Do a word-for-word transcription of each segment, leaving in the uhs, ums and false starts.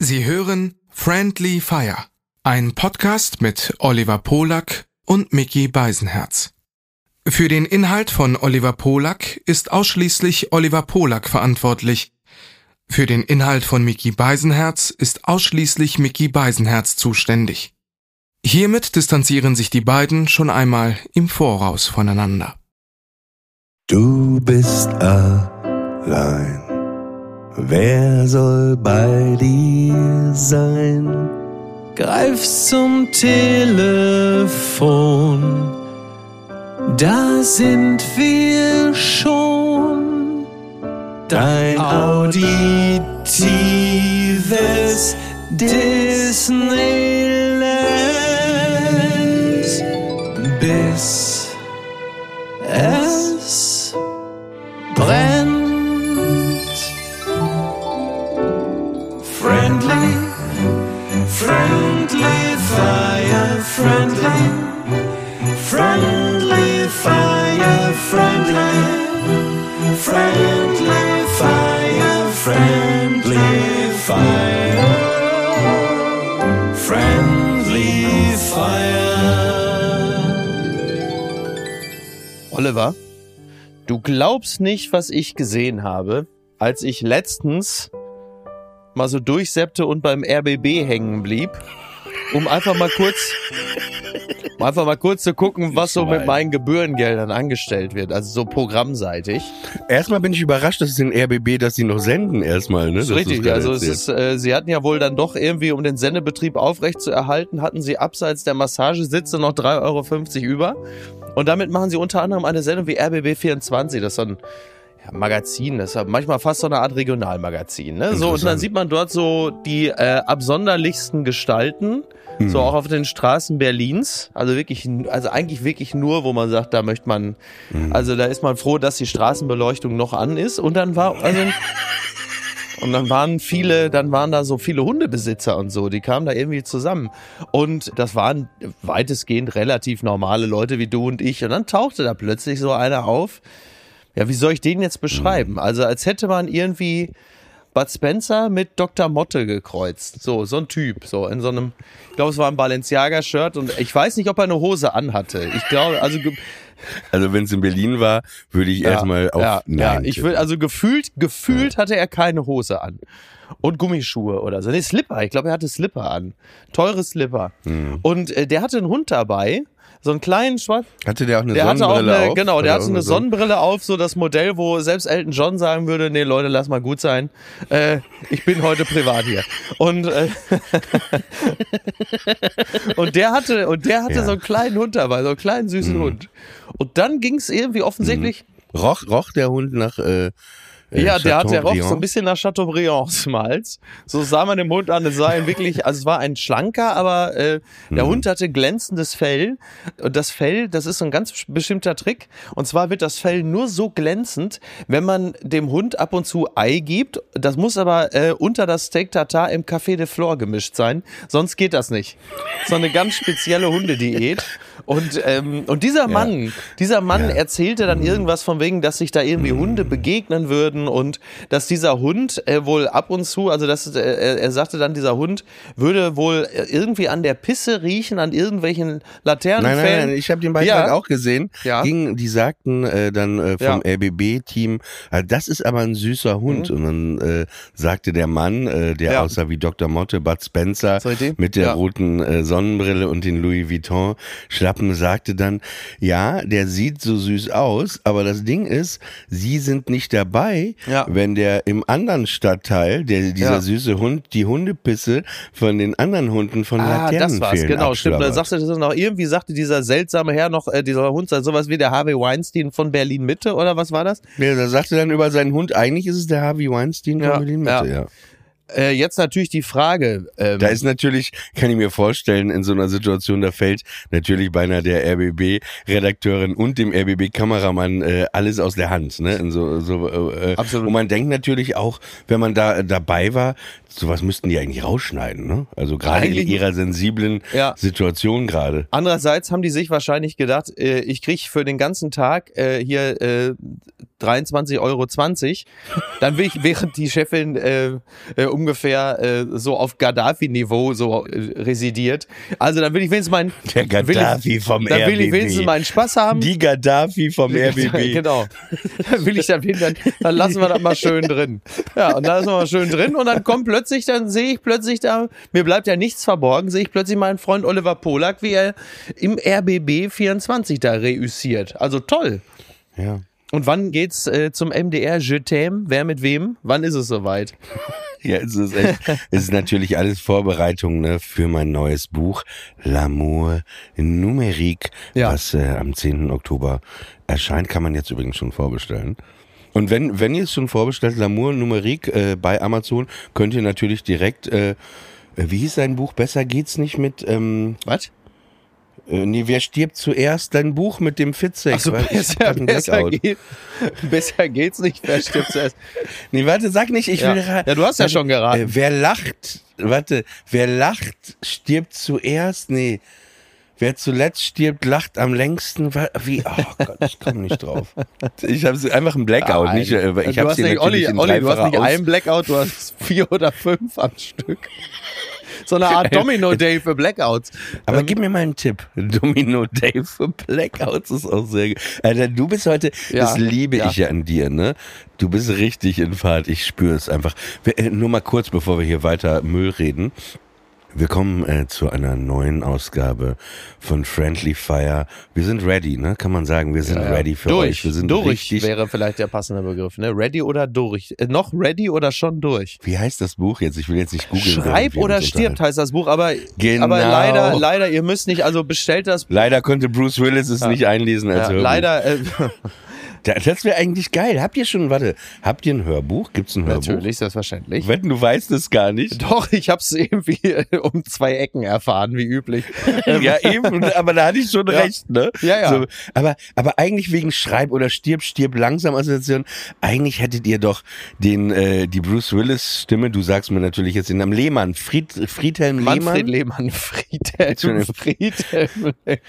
Sie hören Friendly Fire, ein Podcast mit Oliver Polak und Micky Beisenherz. Für den Inhalt von Oliver Polak ist ausschließlich Oliver Polak verantwortlich. Für den Inhalt von Micky Beisenherz ist ausschließlich Micky Beisenherz zuständig. Hiermit distanzieren sich die beiden schon einmal im Voraus voneinander. Du bist allein. Wer soll bei dir sein? Greif zum Telefon, da sind wir schon. Dein auditives Disneyland, bis es brennt. Friendly, friendly fire, friendly, friendly fire, friendly, friendly fire, friendly fire, friendly fire. Oliver, du glaubst nicht, was ich gesehen habe, als ich letztens mal so durchseppte und beim R B B hängen blieb, um einfach mal kurz, um einfach mal kurz zu gucken, was so mit meinen Gebührengeldern angestellt wird, also so programmseitig. Erstmal bin ich überrascht, dass es den R B B, dass sie noch senden erstmal, ne? Das ist richtig, also es ist, äh, sie hatten ja wohl dann doch irgendwie, um den Sendebetrieb aufrecht zu erhalten, hatten sie abseits der Massagesitze noch drei Euro fünfzig über und damit machen sie unter anderem eine Sendung wie R B B vierundzwanzig, das ist so ein Ja, Magazin, das ist manchmal fast so eine Art Regionalmagazin, ne? So, und dann sieht man dort so die äh, absonderlichsten Gestalten, mhm. so auch auf den Straßen Berlins, also wirklich, also eigentlich wirklich nur, wo man sagt, da möchte man, mhm. also da ist man froh, dass die Straßenbeleuchtung noch an ist und dann war, also und dann waren viele, dann waren da so viele Hundebesitzer und so, die kamen da irgendwie zusammen und das waren weitestgehend relativ normale Leute wie du und ich und dann tauchte da plötzlich so einer auf. Ja, wie soll ich den jetzt beschreiben? Also als hätte man irgendwie Bud Spencer mit Doktor Motte gekreuzt. So, so ein Typ, so in so einem, ich glaube, es war ein Balenciaga-Shirt und ich weiß nicht, ob er eine Hose anhatte. Ich glaube, also Also wenn es in Berlin war, würde ich ja, erstmal auf ja, Nein ja, ich will, also gefühlt, gefühlt ja. hatte er keine Hose an. Und Gummischuhe oder so. Nee, Slipper, ich glaube, er hatte Slipper an. Teure Slipper. Mhm. Und äh, der hatte einen Hund dabei. So einen kleinen Schwarz. Hatte der auch eine der Sonnenbrille hatte auch eine, auf? Genau, der Oder hatte eine Sonnenbrille auf, so das Modell, wo selbst Elton John sagen würde, nee Leute, lass mal gut sein. Äh, ich bin heute privat hier. Und äh, und der hatte und der hatte ja. so einen kleinen Hund dabei, so einen kleinen süßen mhm. Hund. Und dann ging es irgendwie offensichtlich. Mhm. Roch, roch der Hund nach äh Ja, der hat der roch so ein bisschen nach Chateaubriands Malz. So sah man dem Hund an, es sah ein wirklich, also es war ein schlanker, aber äh, der mhm. Hund hatte glänzendes Fell. Und das Fell, das ist so ein ganz bestimmter Trick. Und zwar wird das Fell nur so glänzend, wenn man dem Hund ab und zu Ei gibt. Das muss aber äh, unter das Steak Tartare im Café de Flore gemischt sein, sonst geht das nicht. So eine ganz spezielle Hundediät. Und ähm, und dieser Mann, ja. dieser Mann ja. erzählte dann irgendwas von wegen, dass sich da irgendwie Hunde begegnen würden und dass dieser Hund äh, wohl ab und zu, also dass äh, er sagte dann, dieser Hund würde wohl irgendwie an der Pisse riechen, an irgendwelchen Laternenfällen. Nein, nein, nein, ich habe den Beitrag ja. auch gesehen. Ja. Ging, die sagten äh, dann äh, vom ja. R B B-Team, äh, das ist aber ein süßer Hund. Mhm. Und dann äh, sagte der Mann, äh, der ja. aussah wie Doktor Motte, Bud Spencer, mit der ja. roten äh, Sonnenbrille und den Louis Vuitton Schlappen, sagte dann, ja, der sieht so süß aus, aber das Ding ist, sie sind nicht dabei, ja. wenn der im anderen Stadtteil, der, dieser ja. süße Hund, die Hundepisse von den anderen Hunden von ah, Laternenpfählen das war's, genau, stimmt. Da sagte das noch, irgendwie sagte dieser seltsame Herr noch, äh, dieser Hund sei sowas wie der Harvey Weinstein von Berlin Mitte, oder was war das? Ja, da sagte dann über seinen Hund, eigentlich ist es der Harvey Weinstein von ja, Berlin Mitte, ja. ja. Äh, jetzt natürlich die Frage. Ähm, da ist natürlich, kann ich mir vorstellen, in so einer Situation, da fällt natürlich beinahe der R B B-Redakteurin und dem R B B-Kameramann äh, alles aus der Hand. Ne? In so, so, äh, Absolut. Und man denkt natürlich auch, wenn man da dabei war, sowas müssten die eigentlich rausschneiden. Ne? Also gerade in ihrer sensiblen ja. Situation gerade. Andererseits haben die sich wahrscheinlich gedacht, äh, ich krieg für den ganzen Tag äh, hier äh, dreiundzwanzig Euro zwanzig, dann will ich, während die Chefin äh, äh, ungefähr äh, so auf Gaddafi-Niveau so äh, residiert. Also dann will ich wenigstens meinen Der Gaddafi ich, vom dann R B B. Dann will ich wenigstens meinen Spaß haben. Die Gaddafi vom R B B. Genau. Dann will ich dann, dann, dann lassen wir das mal schön drin. Ja, und dann lassen wir mal schön drin und dann kommt plötzlich, dann sehe ich plötzlich da, mir bleibt ja nichts verborgen, sehe ich plötzlich meinen Freund Oliver Polak, wie er im R B B vierundzwanzig da reüssiert. Also toll. Ja. Und wann geht's äh, zum M D R Je t'aime? Wer mit wem? Wann ist es soweit? Ja, es ist echt, es ist natürlich alles Vorbereitung, ne, für mein neues Buch L'amour numérique, ja. was äh, am zehnten Oktober erscheint, kann man jetzt übrigens schon vorbestellen. Und wenn wenn ihr es schon vorbestellt, L'amour numérique äh, bei Amazon, könnt ihr natürlich direkt, äh, wie hieß sein Buch, Besser geht's nicht mit, ähm, was? Äh, nee, wer stirbt zuerst? Dein Buch mit dem Fitzek. Ach so, besser, besser, geht, besser geht's nicht, wer stirbt zuerst. Nee, warte, sag nicht, ich ja. will raten. Ja, du hast ja schon geraten. Äh, wer lacht, warte, wer lacht, stirbt zuerst? Nee. Wer zuletzt stirbt, lacht am längsten. Wie? Oh Gott, ich komme nicht drauf. Ich habe einfach einen Blackout. Ja, nicht, ich du hast nicht, Olli, Olli, du hast nicht Aus- einen Blackout, du hast vier oder fünf am Stück. So eine Art Domino-Day für Blackouts. Aber ähm, gib mir mal einen Tipp. Domino-Day für Blackouts ist auch sehr gut. Alter, du bist heute, Ja, das liebe ja. ich ja an dir, ne? Du bist richtig in Fahrt, ich spüre es einfach. Wir, äh, nur mal kurz, bevor wir hier weiter Müll reden. Wir kommen äh, zu einer neuen Ausgabe von Friendly Fire. Wir sind ready, ne? Kann man sagen, wir sind ja, ja. ready für durch. euch. Wir sind durch richtig. wäre vielleicht der passende Begriff, ne? Ready oder durch? Äh, noch ready oder schon durch? Wie heißt das Buch jetzt? Ich will jetzt nicht googeln. Schreib während wir oder uns stirbt unterhalten. heißt das Buch, aber, Genau. aber leider, leider, ihr müsst nicht, also bestellt das. Leider konnte Bruce Willis es Ja. nicht einlesen als Ja, Hörbuch. leider, äh, Das wäre eigentlich geil. Habt ihr schon, warte, habt ihr ein Hörbuch? Gibt's ein Hörbuch? natürlich, selbstverständlich. Wetten, du weißt es gar nicht. Doch, ich hab's irgendwie äh, um zwei Ecken erfahren, wie üblich. Ja, eben, aber da hatte ich schon Ja. recht, ne? Ja, ja. So, aber, aber eigentlich wegen Schreib oder Stirb, Stirb langsam Assoziation, eigentlich hättet ihr doch den, äh, die Bruce Willis Stimme, du sagst mir natürlich jetzt den Namen, Lehmann, Fried, Friedhelm Manfred Lehmann. Lehmann, Friedhelm, Entschuldigung. Friedhelm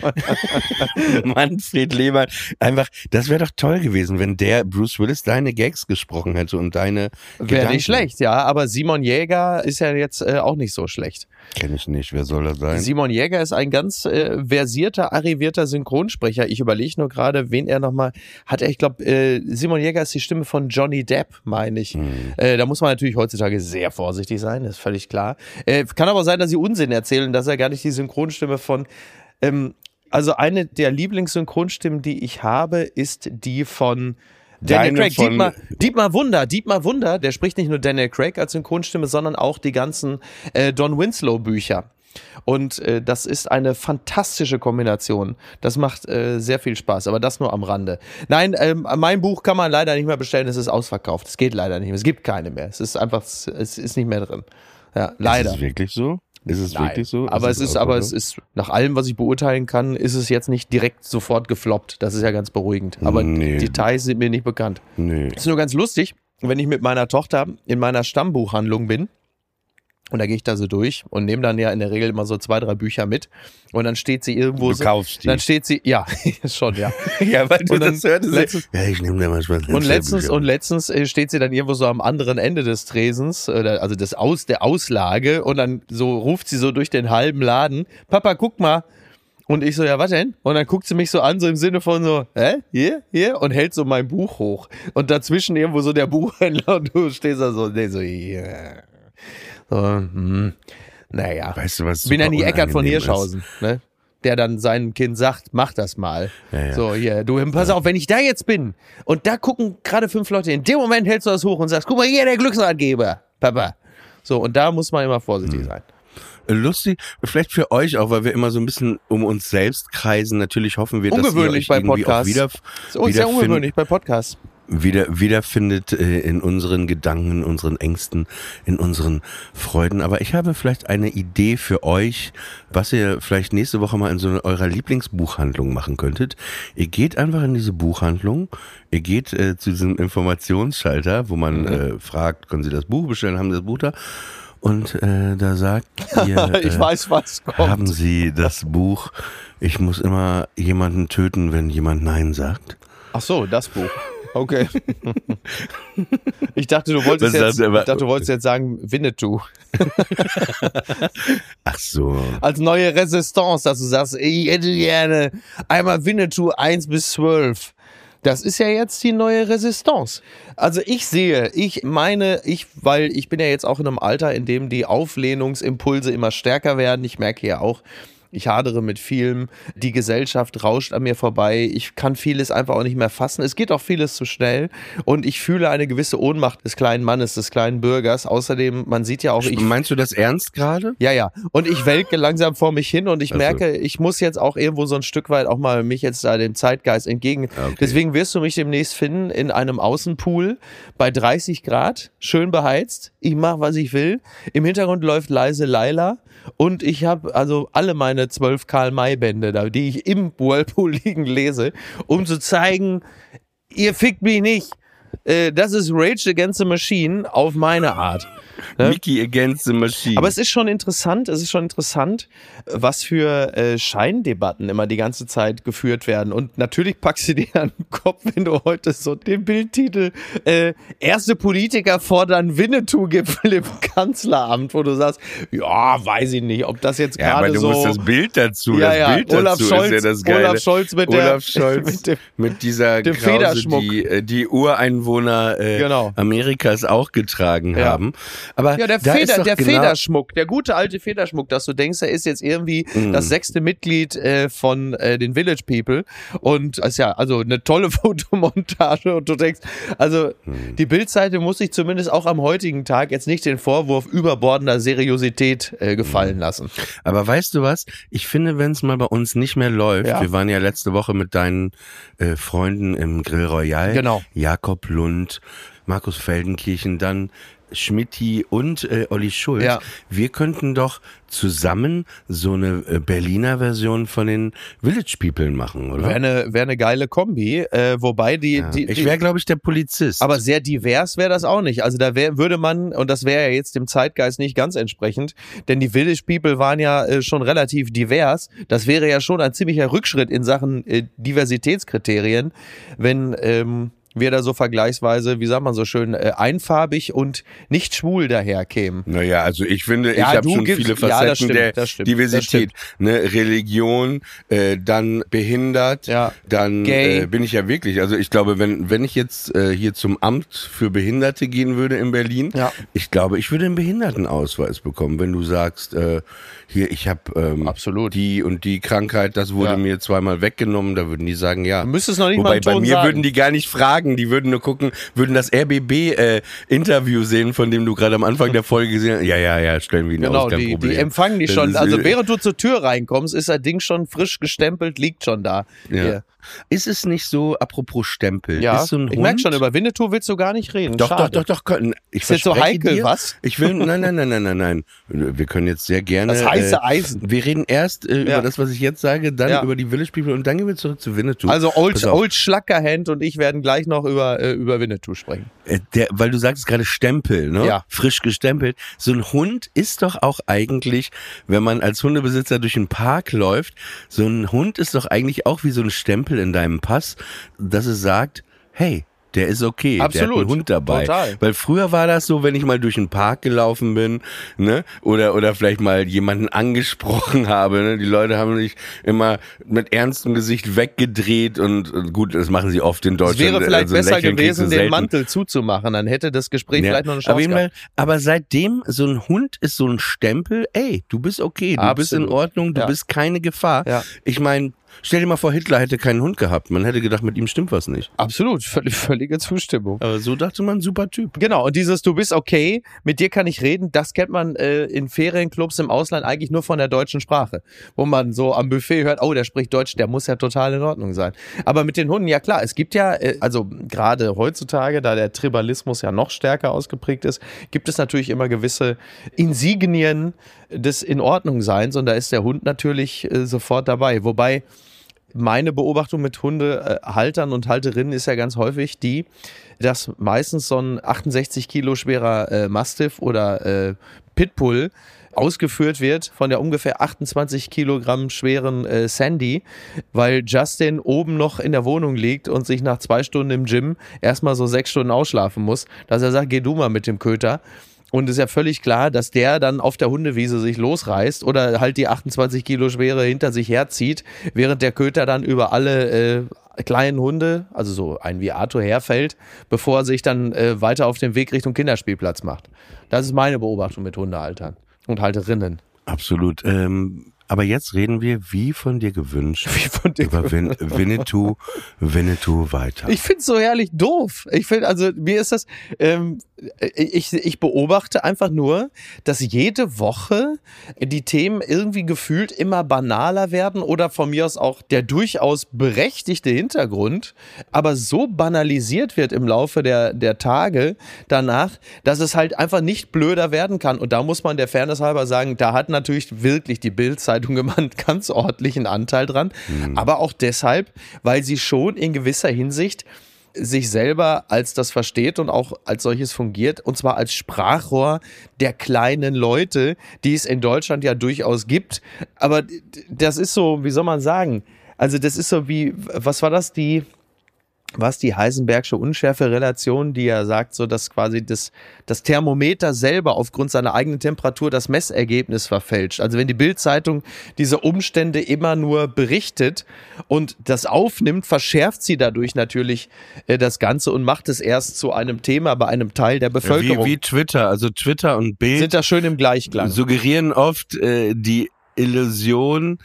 Lehmann. Manfred Lehmann. Einfach, das wäre doch toll gewesen, wenn der Bruce Willis deine Gags gesprochen hätte und deine Wäre Gedanken. nicht schlecht, ja, aber Simon Jäger ist ja jetzt äh, auch nicht so schlecht. Kenn ich nicht, wer soll das sein? Simon Jäger ist ein ganz äh, versierter, arrivierter Synchronsprecher. Ich überlege nur gerade, wen er nochmal hat. Er, ich glaube, äh, Simon Jäger ist die Stimme von Johnny Depp, meine ich. Hm. Äh, da muss man natürlich heutzutage sehr vorsichtig sein, das ist völlig klar. Äh, kann aber sein, dass sie Unsinn erzählen, dass er gar nicht die Synchronstimme von... Ähm, also eine der Lieblingssynchronstimmen, die ich habe, ist die von... Daniel Deine Craig, von- Dietmar, Dietmar Wunder, Dietmar Wunder, der spricht nicht nur Daniel Craig als Synchronstimme, sondern auch die ganzen äh, Don Winslow Bücher. Und äh, das ist eine fantastische Kombination. Das macht äh, sehr viel Spaß, aber das nur am Rande. Nein, ähm, mein Buch kann man leider nicht mehr bestellen, es ist ausverkauft. Es geht leider nicht mehr, es gibt keine mehr. Es ist einfach, es ist nicht mehr drin. Ja, leider. Ist es wirklich so? Ist es Nein, wirklich so? aber es ist, aber es ist, nach allem, was ich beurteilen kann, ist es jetzt nicht direkt sofort gefloppt. Das ist ja ganz beruhigend. Aber Nee. Details sind mir nicht bekannt. Nee. Ist nur ganz lustig, wenn ich mit meiner Tochter in meiner Stammbuchhandlung bin. Und da gehe ich da so durch und nehme dann ja in der Regel immer so zwei, drei Bücher mit. Und dann steht sie irgendwo Du so. kaufst die. Dann steht sie, ja, schon, ja. Ja, weil du Und dann das hörtest. letztens- Ja, ich nehme da manchmal. Und letztens, und letztens äh, steht sie dann irgendwo so am anderen Ende des Tresens, oder, also des Aus, der Auslage, und dann so ruft sie so durch den halben Laden, Papa, guck mal. Und ich so, ja, was denn? Und dann guckt sie mich so an, so im Sinne von so, hä, hier, hier, und hält so mein Buch hoch. Und dazwischen irgendwo so der Buchhändler und du stehst da so, nee, so, hier. So, hm, naja. Weißt du was? Ich bin ja super nie Eckart von unangenehm ist? Hirschhausen, ne? Der dann seinem Kind sagt, mach das mal. Ja, ja. So, hier, du, pass auf, wenn ich da jetzt bin und da gucken gerade fünf Leute, in dem Moment hältst du das hoch und sagst, guck mal, hier, der Glücksratgeber, Papa. So, und da muss man immer vorsichtig Hm. sein. Lustig, vielleicht für euch auch, weil wir immer so ein bisschen um uns selbst kreisen. Natürlich hoffen wir, Ungewöhnlich dass ihr euch bei irgendwie auch Podcasts. wieder, Ist uns sehr ungewöhnlich bei Podcasts. wieder, wiederfindet äh, in unseren Gedanken, in unseren Ängsten, in unseren Freuden. Aber ich habe vielleicht eine Idee für euch, was ihr vielleicht nächste Woche mal in so einer eurer Lieblingsbuchhandlung machen könntet. Ihr geht einfach in diese Buchhandlung, ihr geht äh, zu diesem Informationsschalter, wo man Mhm. äh, fragt, können Sie das Buch bestellen, haben Sie das Buch da? Und äh, da sagt ihr, Ich äh, weiß, was kommt. haben Sie das Buch, ich muss immer jemanden töten, wenn jemand Nein sagt? Ach so, das Buch. Okay. Ich dachte, du wolltest, jetzt, ich dachte, du wolltest jetzt sagen Winnetou. Ach so. Als neue Resistance, dass du sagst, ich hätte gerne einmal Winnetou eins bis zwölf. Das ist ja jetzt die neue Resistance. Also ich sehe, ich meine, ich, weil ich bin ja jetzt auch in einem Alter, in dem die Auflehnungsimpulse immer stärker werden. Ich merke ja auch, ich hadere mit vielem, die Gesellschaft rauscht an mir vorbei, ich kann vieles einfach auch nicht mehr fassen, es geht auch vieles zu schnell und ich fühle eine gewisse Ohnmacht des kleinen Mannes, des kleinen Bürgers. Außerdem, man sieht ja auch... Ich, Meinst du das ernst gerade? Ja, ja. Und ich welke langsam vor mich hin und ich also. merke, ich muss jetzt auch irgendwo so ein Stück weit auch mal mich jetzt da dem Zeitgeist entgegen... Okay. Deswegen wirst du mich demnächst finden in einem Außenpool bei dreißig Grad, schön beheizt, ich mache, was ich will, im Hintergrund läuft leise Laila. Und ich habe also alle meine zwölf Karl-May-Bände da, die ich im Whirlpool liegen lese, um zu zeigen, ihr fickt mich nicht. Äh, das ist Rage Against the Machine auf meine Art. Ne? Mickey Against the Machine. Aber es ist schon interessant, es ist schon interessant, was für äh, Scheindebatten immer die ganze Zeit geführt werden. Und natürlich packst du dir an den Kopf, wenn du heute so den Bildtitel äh, erste Politiker fordern Winnetou-Gipfel im Kanzleramt, wo du sagst, ja, weiß ich nicht, ob das jetzt gerade so... Ja, aber du musst das Bild dazu, ja, das ja, Bild Olaf dazu Scholz, ist ja das Geile. Olaf Scholz mit Olaf der... Scholz mit, dem, mit dieser dem Krause, Federschmuck. die die Ureinwohner äh, genau. Amerikas auch getragen ja. haben. Aber ja, der, da Feder, der genau Federschmuck, der gute alte Federschmuck, dass du denkst, er ist jetzt irgendwie mm. das sechste Mitglied äh, von äh, den Village People und ist ja also eine tolle Fotomontage und du denkst, also mm. die Bildseite muss sich zumindest auch am heutigen Tag jetzt nicht den Vorwurf überbordender Seriosität äh, gefallen mm. lassen. Aber weißt du was? Ich finde, wenn es mal bei uns nicht mehr läuft, ja. wir waren ja letzte Woche mit deinen äh, Freunden im Grill Royal, genau. Jakob Lund, Markus Feldenkirchen, dann Schmidti und äh, Olli Schulz. Ja. Wir könnten doch zusammen so eine äh, Berliner Version von den Village People machen, oder? Wäre eine, wär eine geile Kombi, äh, wobei die... Ja. die ich wäre, glaube ich, der Polizist. Aber sehr divers wäre das auch nicht. Also da wär, würde man, und das wäre ja jetzt dem Zeitgeist nicht ganz entsprechend, denn die Village People waren ja äh, schon relativ divers. Das wäre ja schon ein ziemlicher Rückschritt in Sachen äh, Diversitätskriterien, wenn... Ähm, wir da so vergleichsweise, wie sagt man so schön, äh, einfarbig und nicht schwul daherkämen. Naja, also ich finde, ich ja, habe schon gibst, viele Facetten ja, das stimmt, der das stimmt, Diversität. Das ne, Religion, äh, dann behindert, ja. dann äh, bin ich ja wirklich, also ich glaube, wenn wenn ich jetzt äh, hier zum Amt für Behinderte gehen würde in Berlin, ja. ich glaube, ich würde einen Behindertenausweis bekommen, wenn du sagst, äh, hier, ich habe ähm, die und die Krankheit, das wurde ja. mir zweimal weggenommen, da würden die sagen, ja. Du müsstest noch nicht Wobei mal einen Ton bei mir sagen. Würden die gar nicht fragen, die würden nur gucken, würden das R B B-Interview äh, sehen, von dem du gerade am Anfang der Folge gesehen hast. Ja, ja, ja, stellen wir ihn genau, aus, kein die, Problem. die empfangen die das schon. Ist, also während du zur Tür reinkommst, ist das Ding schon frisch gestempelt, liegt schon da. Ja. Hier. Ist es nicht so, apropos Stempel, ja, ist so ein ich Hund... merke schon, über Winnetou willst du gar nicht reden. Doch, Schade. doch, doch, doch. Ich ist jetzt so heikel, dir, was? Ich will, nein, nein, nein, nein, nein, nein. Wir können jetzt sehr gerne... Das heiße Eisen. Äh, wir reden erst äh, ja. über das, was ich jetzt sage, dann ja. über die Village People und dann gehen wir zurück zu Winnetou. Also Old, Old Schlackerhand und ich werden gleich noch über, äh, über Winnetou sprechen. Äh, der, weil du sagst gerade Stempel, ne? Ja. Frisch gestempelt. So ein Hund ist doch auch eigentlich, wenn man als Hundebesitzer durch den Park läuft, so ein Hund ist doch eigentlich auch wie so ein Stempel in deinem Pass, dass es sagt, hey, der ist okay, Absolut. der hat einen Hund dabei. Total. Weil früher war das so, wenn ich mal durch den Park gelaufen bin, ne, oder oder vielleicht mal jemanden angesprochen habe, ne, die Leute haben sich immer mit ernstem Gesicht weggedreht und, und gut, das machen sie oft in Deutschland. Es wäre vielleicht also besser gewesen, den selten. Mantel zuzumachen, dann hätte das Gespräch ja, vielleicht noch eine Chance aber, gehabt. aber seitdem, so ein Hund ist so ein Stempel, ey, du bist okay, du Absolut. bist in Ordnung, du ja. bist keine Gefahr. Ja. Ich meine, stell dir mal vor, Hitler hätte keinen Hund gehabt. Man hätte gedacht, mit ihm stimmt was nicht. Absolut, völlig, völlige Zustimmung. Aber so dachte man, super Typ. Genau, und dieses, du bist okay, mit dir kann ich reden, das kennt man äh, in Ferienclubs im Ausland eigentlich nur von der deutschen Sprache. Wo man so am Buffet hört, oh, der spricht Deutsch, der muss ja total in Ordnung sein. Aber mit den Hunden, ja klar, es gibt ja, äh, also gerade heutzutage, da der Tribalismus ja noch stärker ausgeprägt ist, gibt es natürlich immer gewisse Insignien des In-Ordnung-Seins und da ist der Hund natürlich äh, sofort dabei. Wobei meine Beobachtung mit Hundehaltern und Halterinnen ist ja ganz häufig die, dass meistens so ein achtundsechzig Kilo schwerer äh, Mastiff oder äh, Pitbull ausgeführt wird von der ungefähr achtundzwanzig Kilogramm schweren äh, Sandy, weil Justin oben noch in der Wohnung liegt und sich nach zwei Stunden im Gym erstmal so sechs Stunden ausschlafen muss, dass er sagt, geh du mal mit dem Köter. Und es ist ja völlig klar, dass der dann auf der Hundewiese sich losreißt oder halt die achtundzwanzig Kilo schwere hinter sich herzieht, während der Köter dann über alle äh, kleinen Hunde, also so ein wie Arthur, herfällt, bevor er sich dann äh, weiter auf den Weg Richtung Kinderspielplatz macht. Das ist meine Beobachtung mit Hundehaltern und Halterinnen. Absolut. Ähm, aber jetzt reden wir, wie von dir gewünscht, wie von dir über Win- Winnetou, Winnetou weiter. Ich find's so herrlich doof. Ich finde, also mir ist das, ähm, ich, ich beobachte einfach nur, dass jede Woche die Themen irgendwie gefühlt immer banaler werden oder von mir aus auch der durchaus berechtigte Hintergrund, aber so banalisiert wird im Laufe der, der Tage danach, dass es halt einfach nicht blöder werden kann. Und da muss man der Fairness halber sagen, da hat natürlich wirklich die Bild-Zeitung immer einen ganz ordentlichen Anteil dran, mhm. aber auch deshalb, weil sie schon in gewisser Hinsicht sich selber als das versteht und auch als solches fungiert, und zwar als Sprachrohr der kleinen Leute, die es in Deutschland ja durchaus gibt. Aber das ist so, wie soll man sagen, also das ist so wie, was war das, die... was die Heisenbergsche Unschärferelation, die ja sagt, so dass quasi das, das Thermometer selber aufgrund seiner eigenen Temperatur das Messergebnis verfälscht. Also wenn die Bild-Zeitung diese Umstände immer nur berichtet und das aufnimmt, verschärft sie dadurch natürlich äh, das Ganze und macht es erst zu einem Thema bei einem Teil der Bevölkerung. Wie, wie Twitter, also Twitter und Bild sind da schön im Gleichklang. Suggerieren oft äh, die Illusion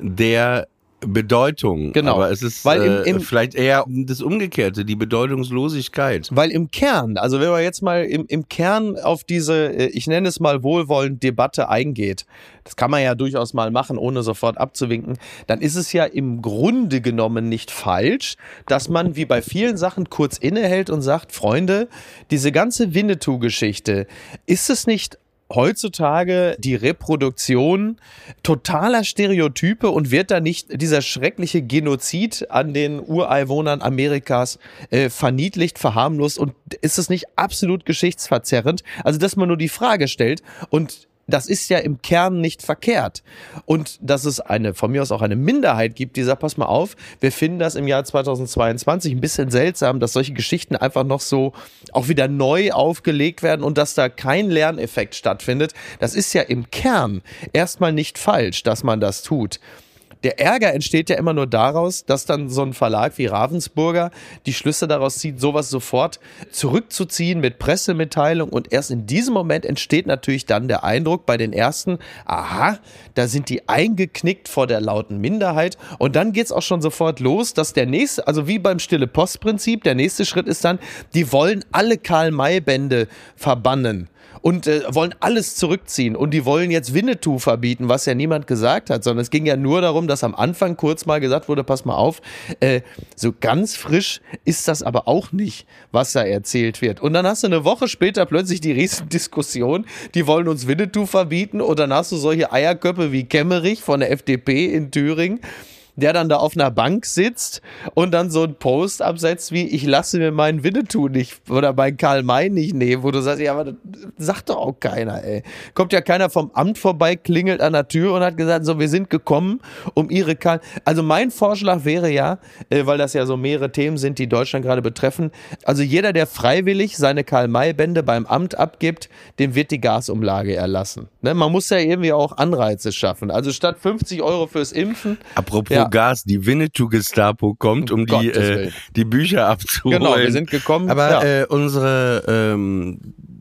der Bedeutung, genau. Aber es ist weil im, im, äh, vielleicht eher das Umgekehrte, die Bedeutungslosigkeit. Weil im Kern, also wenn man jetzt mal im, im Kern auf diese, ich nenne es mal wohlwollend, Debatte eingeht, das kann man ja durchaus mal machen, ohne sofort abzuwinken, dann ist es ja im Grunde genommen nicht falsch, dass man wie bei vielen Sachen kurz innehält und sagt, Freunde, diese ganze Winnetou-Geschichte, ist es nicht heutzutage die Reproduktion totaler Stereotype und wird da nicht dieser schreckliche Genozid an den Ureinwohnern Amerikas äh, verniedlicht, verharmlost, und ist es nicht absolut geschichtsverzerrend? Also, dass man nur die Frage stellt, und das ist ja im Kern nicht verkehrt. Und dass es eine, von mir aus auch eine Minderheit gibt, die sagt, pass mal auf, wir finden das im Jahr zweitausendzweiundzwanzig ein bisschen seltsam, dass solche Geschichten einfach noch so auch wieder neu aufgelegt werden und dass da kein Lerneffekt stattfindet. Das ist ja im Kern erstmal nicht falsch, dass man das tut. Der Ärger entsteht ja immer nur daraus, dass dann so ein Verlag wie Ravensburger die Schlüsse daraus zieht, sowas sofort zurückzuziehen mit Pressemitteilung, und erst in diesem Moment entsteht natürlich dann der Eindruck bei den Ersten, aha, da sind die eingeknickt vor der lauten Minderheit, und dann geht's auch schon sofort los, dass der nächste, also wie beim Stille-Post-Prinzip, der nächste Schritt ist dann, die wollen alle Karl-May-Bände verbannen. Und äh, wollen alles zurückziehen, und die wollen jetzt Winnetou verbieten, was ja niemand gesagt hat, sondern es ging ja nur darum, dass am Anfang kurz mal gesagt wurde, pass mal auf, äh, so ganz frisch ist das aber auch nicht, was da erzählt wird. Und dann hast du eine Woche später plötzlich die Riesendiskussion, die wollen uns Winnetou verbieten, und dann hast du solche Eierköpfe wie Kemmerich von der F D P in Thüringen, der dann da auf einer Bank sitzt und dann so einen Post absetzt wie, ich lasse mir meinen Winnetou nicht oder meinen Karl May nicht nehmen, wo du sagst, ja, aber das sagt doch auch keiner, ey. Kommt ja keiner vom Amt vorbei, klingelt an der Tür und hat gesagt, so, wir sind gekommen, um ihre Karl... Also mein Vorschlag wäre ja, äh, weil das ja so mehrere Themen sind, die Deutschland gerade betreffen, also jeder, der freiwillig seine Karl-May-Bände beim Amt abgibt, dem wird die Gasumlage erlassen. Ne? Man muss ja irgendwie auch Anreize schaffen. Also statt fünfzig Euro fürs Impfen... Apropos ja. Gas, die Winnetou-Gestapo kommt, um die, äh, die Bücher abzuholen. Genau, wir sind gekommen. Aber ja. äh, unsere ähm,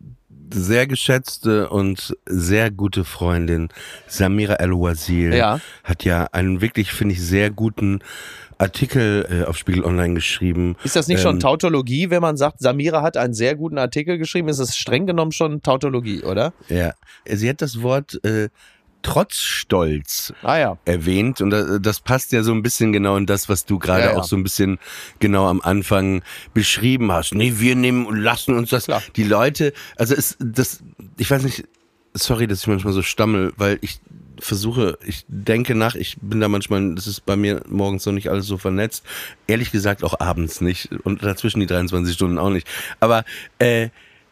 sehr geschätzte und sehr gute Freundin Samira El-Wazir ja. hat ja einen wirklich, finde ich, sehr guten Artikel äh, auf Spiegel Online geschrieben. Ist das nicht ähm, schon Tautologie, wenn man sagt, Samira hat einen sehr guten Artikel geschrieben? Ist es streng genommen schon Tautologie, oder? Ja, sie hat das Wort... Äh, Trotzstolz ah, ja. erwähnt, und das passt ja so ein bisschen genau in das, was du gerade ja, ja. auch so ein bisschen genau am Anfang beschrieben hast. Nee, wir nehmen und lassen uns das. Klar. Die Leute, also ist das, ich weiß nicht, sorry, dass ich manchmal so stammel, weil ich versuche, ich denke nach, ich bin da manchmal, das ist bei mir morgens noch nicht alles so vernetzt, ehrlich gesagt auch abends nicht und dazwischen die dreiundzwanzig Stunden auch nicht, aber äh,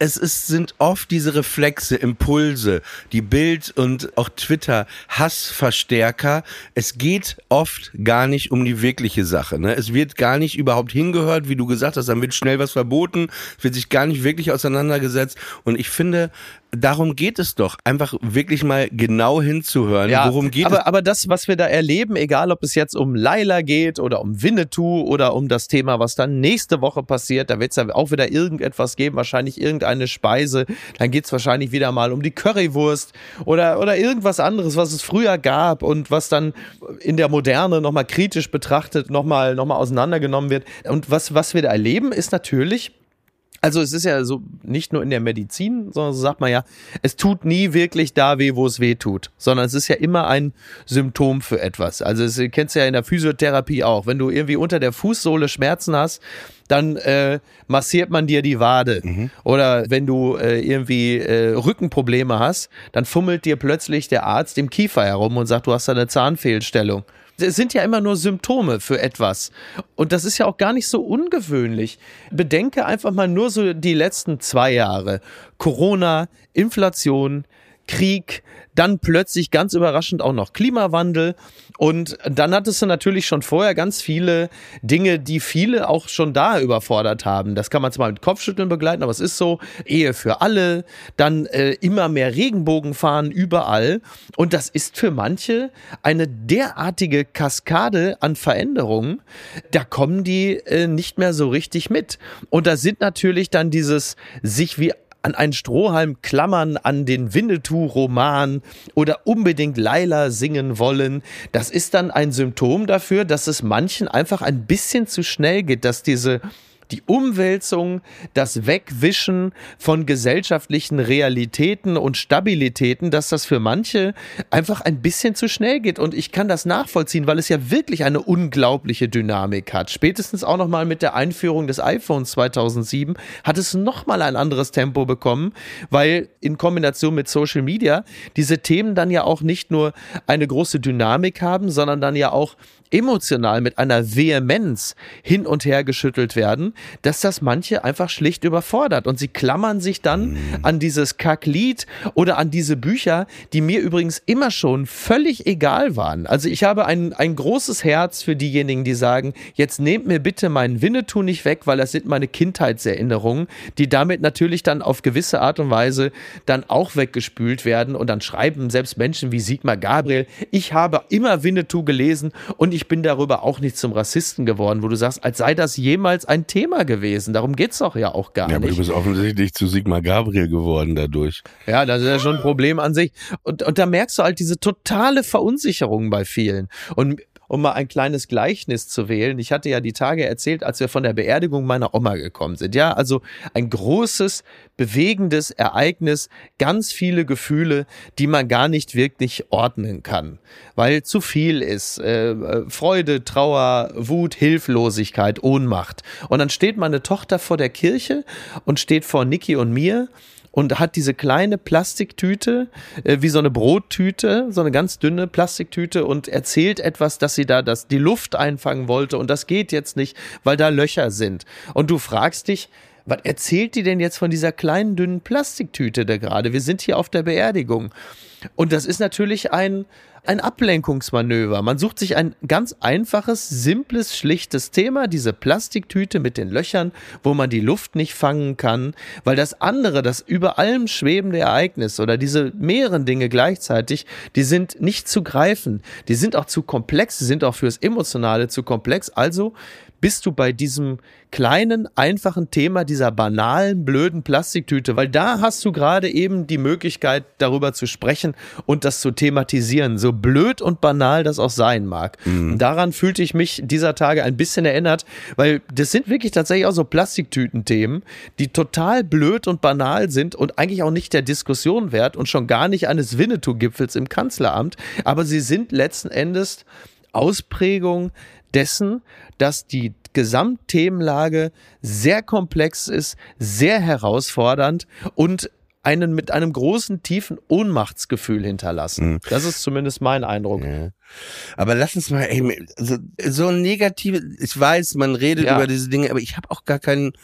es ist, sind oft diese Reflexe, Impulse, die Bild und auch Twitter, Hassverstärker. Es geht oft gar nicht um die wirkliche Sache. Ne? Es wird gar nicht überhaupt hingehört, wie du gesagt hast, dann wird schnell was verboten, es wird sich gar nicht wirklich auseinandergesetzt. Und ich finde, darum geht es doch, einfach wirklich mal genau hinzuhören, ja, worum geht aber, es. Aber das, was wir da erleben, egal ob es jetzt um Laila geht oder um Winnetou oder um das Thema, was dann nächste Woche passiert, da wird es ja auch wieder irgendetwas geben, wahrscheinlich irgendeine Speise, dann geht es wahrscheinlich wieder mal um die Currywurst oder, oder irgendwas anderes, was es früher gab und was dann in der Moderne nochmal kritisch betrachtet, nochmal noch mal auseinandergenommen wird. Und was, was wir da erleben, ist natürlich, also es ist ja so, nicht nur in der Medizin, sondern so sagt man ja, es tut nie wirklich da weh, wo es weh tut, sondern es ist ja immer ein Symptom für etwas. Also das kennst du ja in der Physiotherapie auch. Wenn du irgendwie unter der Fußsohle Schmerzen hast, dann äh, massiert man dir die Wade. Mhm. Oder wenn du äh, irgendwie äh, Rückenprobleme hast, dann fummelt dir plötzlich der Arzt im Kiefer herum und sagt, du hast da eine Zahnfehlstellung. Es sind ja immer nur Symptome für etwas. Und das ist ja auch gar nicht so ungewöhnlich. Bedenke einfach mal nur so die letzten zwei Jahre. Corona, Inflation, Krieg, dann plötzlich ganz überraschend auch noch Klimawandel und dann hattest du natürlich schon vorher ganz viele Dinge, die viele auch schon da überfordert haben. Das kann man zwar mit Kopfschütteln begleiten, aber es ist so, Ehe für alle, dann äh, immer mehr Regenbogenfahnen überall und das ist für manche eine derartige Kaskade an Veränderungen, da kommen die äh, nicht mehr so richtig mit. Und da sind natürlich dann dieses sich wie an einen Strohhalm klammern, an den Winnetou-Roman oder unbedingt Laila singen wollen. Das ist dann ein Symptom dafür, dass es manchen einfach ein bisschen zu schnell geht, dass diese die Umwälzung, das Wegwischen von gesellschaftlichen Realitäten und Stabilitäten, dass das für manche einfach ein bisschen zu schnell geht. Und ich kann das nachvollziehen, weil es ja wirklich eine unglaubliche Dynamik hat. Spätestens auch nochmal mit der Einführung des iPhones zweitausendsieben hat es nochmal ein anderes Tempo bekommen, weil in Kombination mit Social Media diese Themen dann ja auch nicht nur eine große Dynamik haben, sondern dann ja auch emotional mit einer Vehemenz hin und her geschüttelt werden, dass das manche einfach schlicht überfordert und sie klammern sich dann an dieses Kacklied oder an diese Bücher, die mir übrigens immer schon völlig egal waren. Also ich habe ein, ein großes Herz für diejenigen, die sagen, jetzt nehmt mir bitte meinen Winnetou nicht weg, weil das sind meine Kindheitserinnerungen, die damit natürlich dann auf gewisse Art und Weise dann auch weggespült werden und dann schreiben selbst Menschen wie Sigmar Gabriel, ich habe immer Winnetou gelesen und ich Ich bin darüber auch nicht zum Rassisten geworden, wo du sagst, als sei das jemals ein Thema gewesen. Darum geht's doch ja auch gar ja, nicht. Aber du bist offensichtlich zu Sigmar Gabriel geworden dadurch. Ja, das ist ja schon ein Problem an sich. Und, und da merkst du halt diese totale Verunsicherung bei vielen. Und um mal ein kleines Gleichnis zu wählen. Ich hatte ja die Tage erzählt, als wir von der Beerdigung meiner Oma gekommen sind. Ja, also ein großes, bewegendes Ereignis, ganz viele Gefühle, die man gar nicht wirklich ordnen kann, weil zu viel ist. Äh, Freude, Trauer, Wut, Hilflosigkeit, Ohnmacht. Und dann steht meine Tochter vor der Kirche und steht vor Niki und mir und hat diese kleine Plastiktüte, äh, wie so eine Brottüte, so eine ganz dünne Plastiktüte und erzählt etwas, dass sie da das, die Luft einfangen wollte und das geht jetzt nicht, weil da Löcher sind. Und du fragst dich, was erzählt die denn jetzt von dieser kleinen, dünnen Plastiktüte da gerade? Wir sind hier auf der Beerdigung. Und das ist natürlich ein, ein Ablenkungsmanöver. Man sucht sich ein ganz einfaches, simples, schlichtes Thema, diese Plastiktüte mit den Löchern, wo man die Luft nicht fangen kann, weil das andere, das über allem schwebende Ereignis oder diese mehreren Dinge gleichzeitig, die sind nicht zu greifen. Die sind auch zu komplex, die sind auch fürs Emotionale zu komplex. Also bist du bei diesem kleinen, einfachen Thema dieser banalen, blöden Plastiktüte, weil da hast du gerade eben die Möglichkeit, darüber zu sprechen und das zu thematisieren, so blöd und banal das auch sein mag. Mhm. Daran fühlte ich mich dieser Tage ein bisschen erinnert, weil das sind wirklich tatsächlich auch so Plastiktüten-Themen, die total blöd und banal sind und eigentlich auch nicht der Diskussion wert und schon gar nicht eines Winnetou-Gipfels im Kanzleramt, aber sie sind letzten Endes Ausprägung dessen, dass die Gesamtthemenlage sehr komplex ist, sehr herausfordernd und einen mit einem großen, tiefen Ohnmachtsgefühl hinterlassen. Mhm. Das ist zumindest mein Eindruck. Ja. Aber lass uns mal, ey, so, so negative, ich weiß, man redet ja. über diese Dinge, aber ich habe auch gar keinen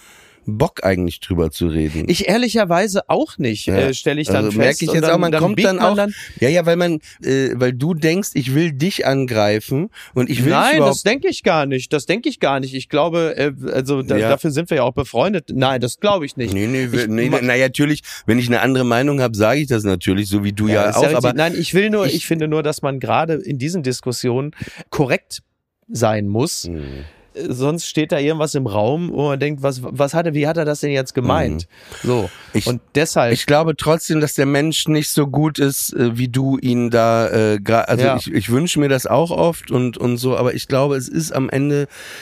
Bock eigentlich drüber zu reden. Ich ehrlicherweise auch nicht, ja. äh, stelle ich dann also fest. merke ich jetzt dann, auch, man dann kommt dann auch, dann, ja, ja, weil man, äh, weil du denkst, ich will dich angreifen und ich will Nein, überhaupt das denke ich gar nicht, das denke ich gar nicht. Ich glaube, äh, also da, ja. dafür sind wir ja auch befreundet. Nein, das glaube ich nicht. Nee, nee, ich, nee, na ja, natürlich, wenn ich eine andere Meinung habe, sage ich das natürlich, so wie du ja, ja auch, ja aber nein, ich will nur, ich, ich finde nur, dass man gerade in diesen Diskussionen korrekt sein muss. Hm. Sonst steht da irgendwas im Raum, wo man denkt, was, was hat er, wie hat er das denn jetzt gemeint? Mhm. So. Ich, und deshalb. Ich glaube trotzdem, dass der Mensch nicht so gut ist, äh, wie du ihn da, äh, also ja. ich, ich wünsche mir das auch oft und, und so, aber ich glaube, es ist am Ende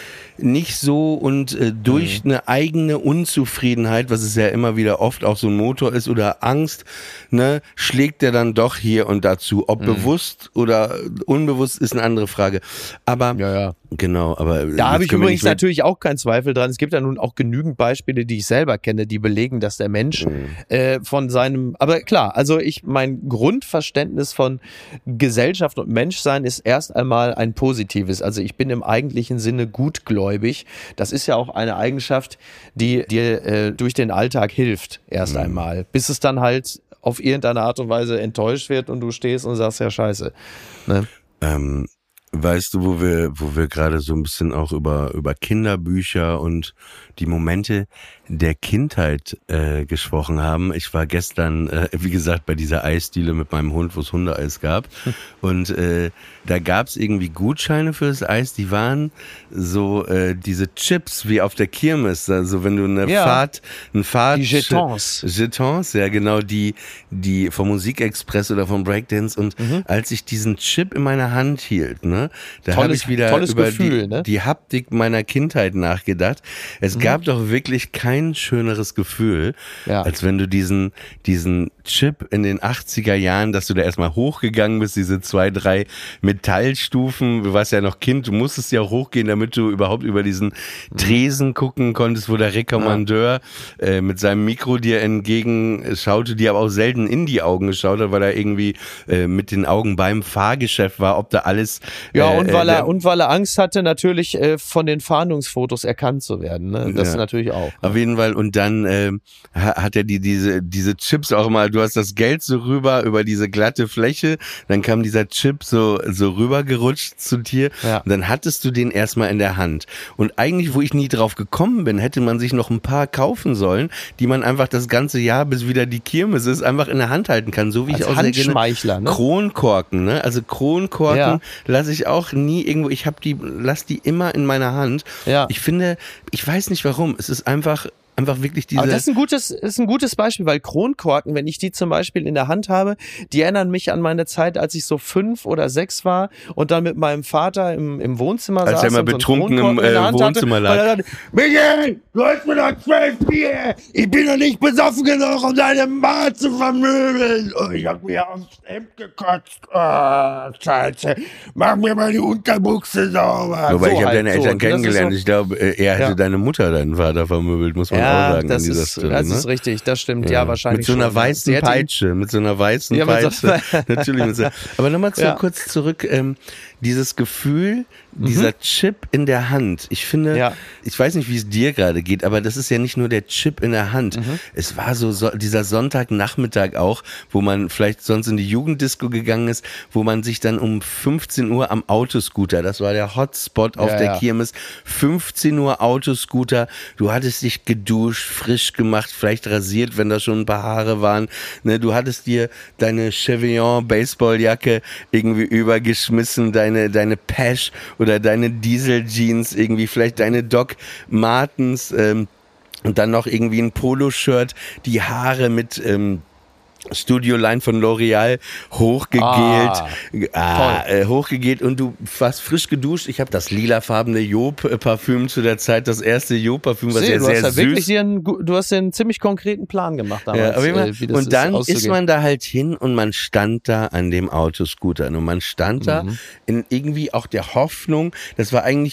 nicht so und äh, durch mhm. eine eigene Unzufriedenheit, was es ja immer wieder oft auch so ein Motor ist oder Angst, ne, schlägt er dann doch hier und dazu. Ob mhm. bewusst oder unbewusst ist eine andere Frage. Aber ja, ja. genau, aber da habe ich übrigens natürlich auch keinen Zweifel dran. Es gibt ja nun auch genügend Beispiele, die ich selber kenne, die belegen, dass der Mensch mhm. äh, von seinem, aber klar, also ich, mein Grundverständnis von Gesellschaft und Menschsein ist erst einmal ein positives. Also ich bin im eigentlichen Sinne gutgläubig. Das ist ja auch eine Eigenschaft, die dir äh, durch den Alltag hilft, erst mhm. einmal. Bis es dann halt auf irgendeine Art und Weise enttäuscht wird und du stehst und sagst, ja scheiße. Ne? Ähm, weißt du, wo wir, wo wir gerade so ein bisschen auch über, über Kinderbücher und die Momente der Kindheit äh, gesprochen haben. Ich war gestern, äh, wie gesagt, bei dieser Eisdiele mit meinem Hund, wo es Hundeeis gab. Und äh, da gab es irgendwie Gutscheine für das Eis. Die waren so äh, diese Chips wie auf der Kirmes. Also wenn du eine ja. Fahrt, ein Fahrt... Die Jetons. Jetons, ja genau, die, die vom Musikexpress oder vom Breakdance. Und mhm. als ich diesen Chip in meiner Hand hielt, ne, da habe ich wieder über Gefühl, die, ne? die Haptik meiner Kindheit nachgedacht. Es mhm. gab doch wirklich kein schöneres Gefühl, ja. als wenn du diesen, diesen Chip in den achtziger Jahren, dass du da erstmal hochgegangen bist, diese zwei, drei Metallstufen, du warst ja noch Kind, du musstest ja auch hochgehen, damit du überhaupt über diesen Tresen gucken konntest, wo der Rekommandeur ja. äh, mit seinem Mikro dir entgegen schaute, dir aber auch selten in die Augen geschaut hat, weil er irgendwie äh, mit den Augen beim Fahrgeschäft war, ob da alles... Ja, äh, und, weil äh, er, und weil er Angst hatte, natürlich äh, von den Fahndungsfotos erkannt zu werden. Ne? Das ja. natürlich auch. Auf jeden Fall. Und dann äh, hat er die diese diese Chips auch mal, du hast das Geld so rüber über diese glatte Fläche, dann kam dieser Chip so so rübergerutscht zu dir ja. und dann hattest du den erstmal in der Hand. Und eigentlich, wo ich nie drauf gekommen bin, hätte man sich noch ein paar kaufen sollen, die man einfach das ganze Jahr, bis wieder die Kirmes ist, einfach in der Hand halten kann. So wie Als ich auch Handschmeichler, sehr gerne ne? Kronkorken, ne? Also Kronkorken ja. lasse ich auch nie irgendwo, ich habe die, lass die immer in meiner Hand. Ja. Ich finde, ich weiß nicht warum, es ist einfach Einfach wirklich diese... Aber das ist ein gutes, ist ein gutes Beispiel, weil Kronkorken, wenn ich die zum Beispiel in der Hand habe, die erinnern mich an meine Zeit, als ich so fünf oder sechs war und dann mit meinem Vater im, im Wohnzimmer als saß. Als er mal betrunken so im äh, Wohnzimmer lag. Michael, du hast mir noch zwölf Bier. Ich bin noch nicht besoffen genug, um deine Ma zu vermöbeln. Oh, ich hab mir aufs Hemd gekotzt. Oh, Scheiße. Mach mir mal die Unterbuchse sauber. Aber so ich habe halt deine Eltern so. kennengelernt. So. Ich glaube, er hätte ja. deine Mutter, deinen Vater vermöbelt, muss man ja, auch sagen. Das, an dieser ist, Stelle, das ne? ist richtig, das stimmt. Ja, ja wahrscheinlich. Mit so einer schon, weißen ja. Peitsche, mit so einer weißen ja, Peitsche. So Natürlich. Mit so, aber nochmal zu, ja. kurz zurück. Ähm, dieses Gefühl, dieser mhm. Chip in der Hand. Ich finde, ja. ich weiß nicht, wie es dir gerade geht, aber das ist ja nicht nur der Chip in der Hand. Mhm. Es war so, so dieser Sonntagnachmittag auch, wo man vielleicht sonst in die Jugenddisco gegangen ist, wo man sich dann um fünfzehn Uhr am Autoscooter, das war der Hotspot auf ja, der ja. Kirmes, fünfzehn Uhr Autoscooter, du hattest dich geduscht, frisch gemacht, vielleicht rasiert, wenn da schon ein paar Haare waren. Ne, du hattest dir deine Chevillon Baseballjacke irgendwie übergeschmissen, deine, deine Pash oder deine Diesel-Jeans, irgendwie vielleicht deine Doc Martens ähm, und dann noch irgendwie ein Poloshirt, die Haare mit ähm, Studio-Line von L'Oreal hochgegelt, ah, ah, äh, hochgegelt und du warst frisch geduscht. Ich habe das lilafarbene Job-Parfüm zu der Zeit, das erste Job-Parfüm, was See, ja du sehr hast ja süß. Wirklich dir einen, du hast dir einen ziemlich konkreten Plan gemacht damals. Ja, aber äh, wie das und dann ist, ist man da halt hin und man stand da an dem Autoscooter und man stand da mhm. in irgendwie auch der Hoffnung, das war eigentlich wie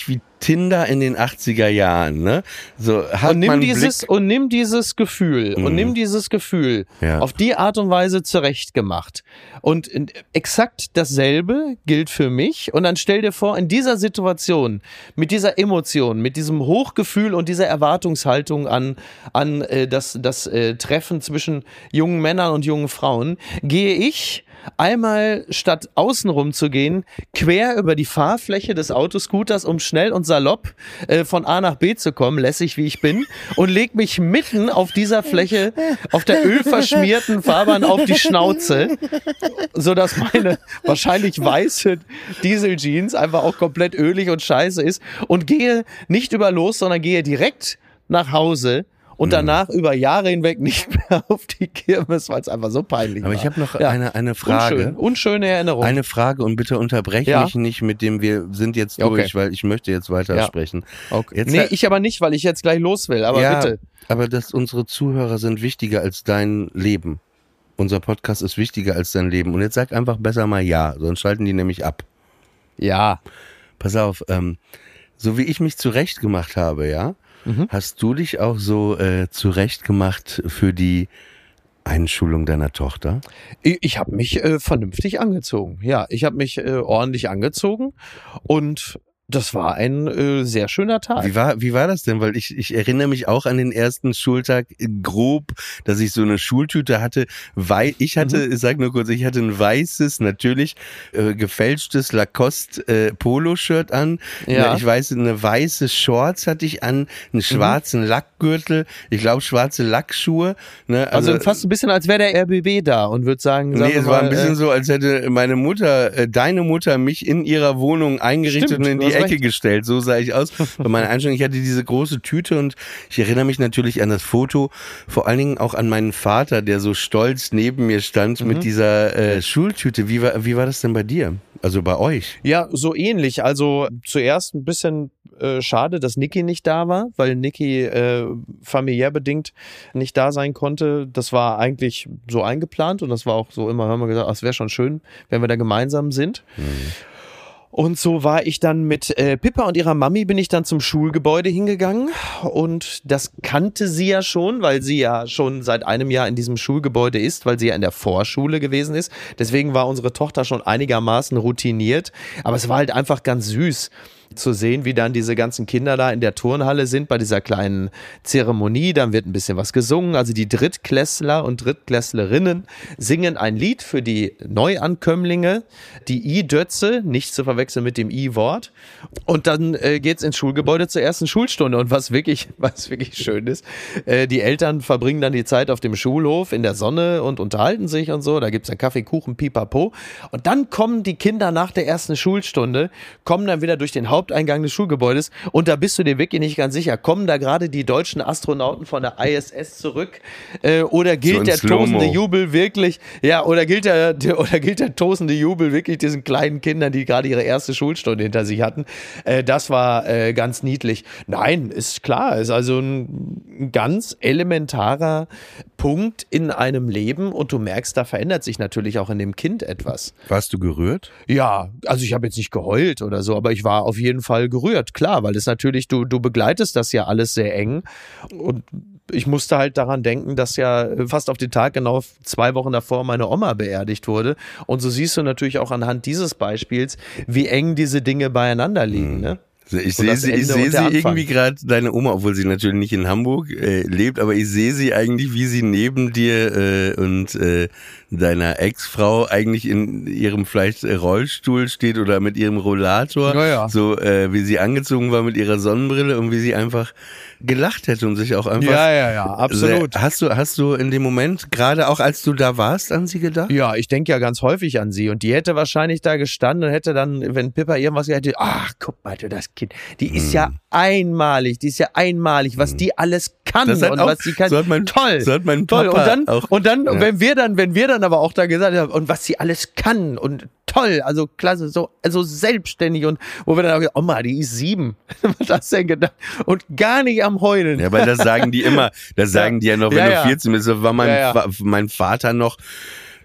Tinder in den achtziger Jahren, ne? So hat und nimm man dieses Blick und nimm dieses Gefühl mhm. und nimm dieses Gefühl ja. auf die Art und Weise zurechtgemacht. Und exakt dasselbe gilt für mich. Und dann stell dir vor, in dieser Situation, mit dieser Emotion, mit diesem Hochgefühl und dieser Erwartungshaltung an, an äh, das, das äh, Treffen zwischen jungen Männern und jungen Frauen, gehe ich einmal statt außenrum zu gehen, quer über die Fahrfläche des Autoscooters, um schnell und salopp äh, von A nach B zu kommen, lässig wie ich bin, und leg mich mitten auf dieser Fläche, auf der ölverschmierten Fahrbahn auf die Schnauze, sodass meine wahrscheinlich weiße Dieseljeans einfach auch komplett ölig und scheiße ist, und gehe nicht über los, sondern gehe direkt nach Hause. Und danach mhm. über Jahre hinweg nicht mehr auf die Kirmes, weil es einfach so peinlich Aber war. Aber ich habe noch ja. eine, eine Frage. Unschön, unschöne Erinnerung. Eine Frage, und bitte unterbreche ja. mich nicht, mit dem wir sind jetzt okay. durch, weil ich möchte jetzt weitersprechen. Ja. Okay. Jetzt, nee, ich aber nicht, weil ich jetzt gleich los will, aber ja, bitte. Aber dass unsere Zuhörer sind wichtiger als dein Leben. Unser Podcast ist wichtiger als dein Leben. Und jetzt sag einfach besser mal ja, sonst schalten die nämlich ab. Ja. Pass auf, ähm, so wie ich mich zurecht gemacht habe, ja, Mhm. hast du dich auch so äh, zurecht gemacht für die Einschulung deiner Tochter? Ich, ich habe mich äh, vernünftig angezogen. Ja, ich habe mich äh, ordentlich angezogen, und das war ein äh, sehr schöner Tag. Wie war, wie war das denn? Weil ich, ich erinnere mich auch an den ersten Schultag grob, dass ich so eine Schultüte hatte. Weil ich hatte, mhm. ich sag nur kurz, ich hatte ein weißes, natürlich äh, gefälschtes Lacoste äh, Poloshirt an. Ja. Ich weiß, eine weiße Shorts hatte ich an, einen schwarzen mhm. Lackgürtel, ich glaube schwarze Lackschuhe. Ne? Also, also fast ein bisschen, als wäre der R B B da und würde sagen, nee, es mal, war ein bisschen äh, so, als hätte meine Mutter, äh, deine Mutter mich in ihrer Wohnung eingerichtet stimmt, und in die Ecke gestellt. So sah ich aus. Bei meiner Einstellung, ich hatte diese große Tüte, und ich erinnere mich natürlich an das Foto, vor allen Dingen auch an meinen Vater, der so stolz neben mir stand mhm. mit dieser äh, Schultüte. Wie war, wie war das denn bei dir? Also bei euch? Ja, so ähnlich. Also zuerst ein bisschen äh, schade, dass Niki nicht da war, weil Niki äh, familiär bedingt nicht da sein konnte. Das war eigentlich so eingeplant, und das war auch so immer, haben wir gesagt, es wäre schon schön, wenn wir da gemeinsam sind. Mhm. Und so war ich dann mit äh, Pippa und ihrer Mami, bin ich dann zum Schulgebäude hingegangen, und das kannte sie ja schon, weil sie ja schon seit einem Jahr in diesem Schulgebäude ist, weil sie ja in der Vorschule gewesen ist. Deswegen war unsere Tochter schon einigermaßen routiniert, aber es war halt einfach ganz süß zu sehen, wie dann diese ganzen Kinder da in der Turnhalle sind bei dieser kleinen Zeremonie. Dann wird ein bisschen was gesungen. Also die Drittklässler und Drittklässlerinnen singen ein Lied für die Neuankömmlinge, die I-Dötze, nicht zu verwechseln mit dem I-Wort. Und dann äh, geht's ins Schulgebäude zur ersten Schulstunde. Und was wirklich, was wirklich schön ist, äh, die Eltern verbringen dann die Zeit auf dem Schulhof in der Sonne und unterhalten sich und so. Da gibt's dann Kaffee, Kuchen, Pipapo. Und dann kommen die Kinder nach der ersten Schulstunde, kommen dann wieder durch den Haupt Haupteingang des Schulgebäudes, und da bist du dir wirklich nicht ganz sicher, kommen da gerade die deutschen Astronauten von der I S S zurück, äh, oder gilt so der tosende Jubel wirklich, ja, oder gilt der, der oder gilt der tosende Jubel wirklich diesen kleinen Kindern, die gerade ihre erste Schulstunde hinter sich hatten. Äh, das war äh, ganz niedlich. Nein, ist klar, ist also ein ganz elementarer Punkt in einem Leben, und du merkst, da verändert sich natürlich auch in dem Kind etwas. Warst du gerührt? Ja, also ich habe jetzt nicht geheult oder so, aber ich war auf jeden Fall gerührt, klar, weil es natürlich, du, du begleitest das ja alles sehr eng, und ich musste halt daran denken, dass ja fast auf den Tag genau zwei Wochen davor meine Oma beerdigt wurde, und so siehst du natürlich auch anhand dieses Beispiels, wie eng diese Dinge beieinander liegen, mhm. ne? Ich sehe sie, ich sehe sie irgendwie gerade, deine Oma, obwohl sie natürlich nicht in Hamburg äh, lebt, aber ich sehe sie eigentlich, wie sie neben dir äh, und äh, deiner Ex-Frau eigentlich in ihrem vielleicht Rollstuhl steht oder mit ihrem Rollator, ja, ja. so äh, wie sie angezogen war mit ihrer Sonnenbrille und wie sie einfach gelacht hätte und sich auch einfach... Ja, ja, ja, absolut. Hast du, hast du in dem Moment, gerade auch als du da warst, an sie gedacht? Ja, ich denke ja ganz häufig an sie, und die hätte wahrscheinlich da gestanden und hätte dann, wenn Pippa irgendwas gesagt hätte, ach, guck mal, du, das Kind, die ist hm. ja einmalig, die ist ja einmalig, was hm. die alles kann und auch, was sie kann. So hat mein, toll, so hat mein Papa toll. Und dann, auch, und dann, ja. wenn wir dann, wenn wir dann aber auch da gesagt haben, und was sie alles kann und toll, also klasse, so, also selbstständig, und wo wir dann auch gesagt, Oma, die ist sieben. Was hast du denn gedacht? Und gar nicht am Heulen. Ja, weil das sagen die immer, das sagen die ja noch, wenn ja, du ja. vierzehn bist. Das war mein, ja, ja. mein Vater noch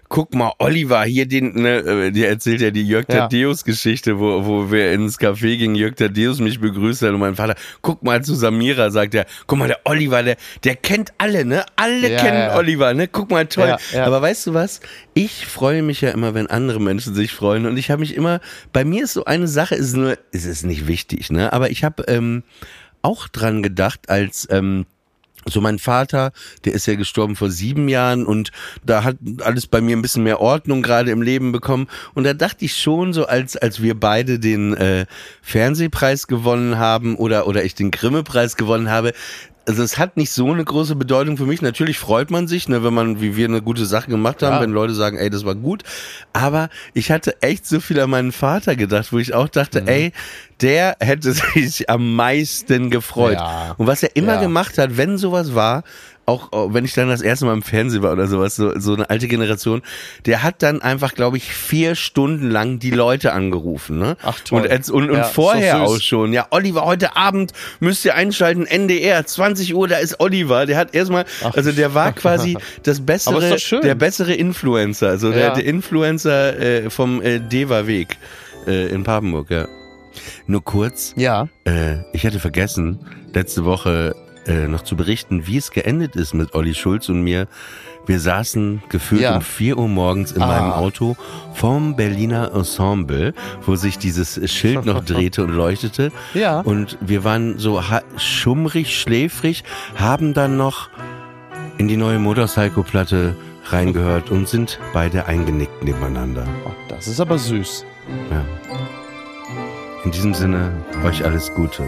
guck mal, Oliver, hier den, ne, der erzählt ja die Jörg Ja. Thaddeus-Geschichte, wo, wo wir ins Café gingen, Jörg Thaddeus mich begrüßt hat und mein Vater, guck mal zu Samira, sagt er, guck mal, der Oliver, der, der kennt alle, ne? Alle Ja, kennen ja. Oliver, ne? Guck mal, toll. Ja, ja. Aber weißt du was? Ich freue mich ja immer, wenn andere Menschen sich freuen und ich habe mich immer, bei mir ist so eine Sache, ist nur, es ist nicht wichtig, ne? Aber ich habe ähm, auch dran gedacht, als ähm, so mein Vater, der ist ja gestorben vor sieben Jahren und da hat alles bei mir ein bisschen mehr Ordnung gerade im Leben bekommen und da dachte ich schon so, als als wir beide den äh, Fernsehpreis gewonnen haben oder oder ich den Grimme-Preis gewonnen habe, also es hat nicht so eine große Bedeutung für mich. Natürlich freut man sich, ne, wenn man, wie wir, eine gute Sache gemacht haben, Ja. wenn Leute sagen, ey, das war gut. Aber ich hatte echt so viel an meinen Vater gedacht, wo ich auch dachte, mhm. ey, der hätte sich am meisten gefreut. Ja. Und was er immer Ja. gemacht hat, wenn sowas war, auch auch wenn ich dann das erste Mal im Fernsehen war oder sowas, so, so eine alte Generation, der hat dann einfach, glaube ich, vier Stunden lang die Leute angerufen. Ne? Ach toll. Und, als, und, und Ja, vorher so süß. auch schon. Ja, Oliver, heute Abend müsst ihr einschalten, N D R, zwanzig Uhr, da ist Oliver. Der hat erstmal, Ach. also der war quasi das Aber bessere, ist doch schön. der bessere Influencer. Also der, Ja. der Influencer äh, vom äh, Deva-Weg äh, in Papenburg, ja. Nur kurz, Ja. äh, ich hatte vergessen, letzte Woche äh, noch zu berichten, wie es geendet ist mit Olli Schulz und mir. Wir saßen gefühlt Ja. um vier Uhr morgens in Ah. meinem Auto vom Berliner Ensemble, wo sich dieses Schild noch drehte und leuchtete. Ja. Und wir waren so ha- schummrig, schläfrig, haben dann noch in die neue Motorcycle-Platte reingehört und sind beide eingenickt nebeneinander. Oh, das ist aber süß. Ja. In diesem Sinne, euch alles Gute.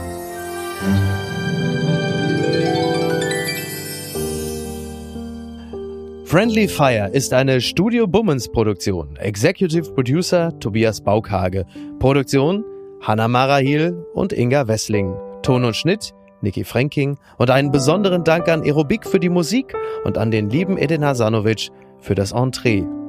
Friendly Fire ist eine Studio Bummens Produktion. Executive Producer Tobias Baukhage. Produktion Hanna Marahil und Inga Wessling. Ton und Schnitt Niki Fränking. Und einen besonderen Dank an Aerobik für die Musik und an den lieben Edin Hasanovic für das Entree.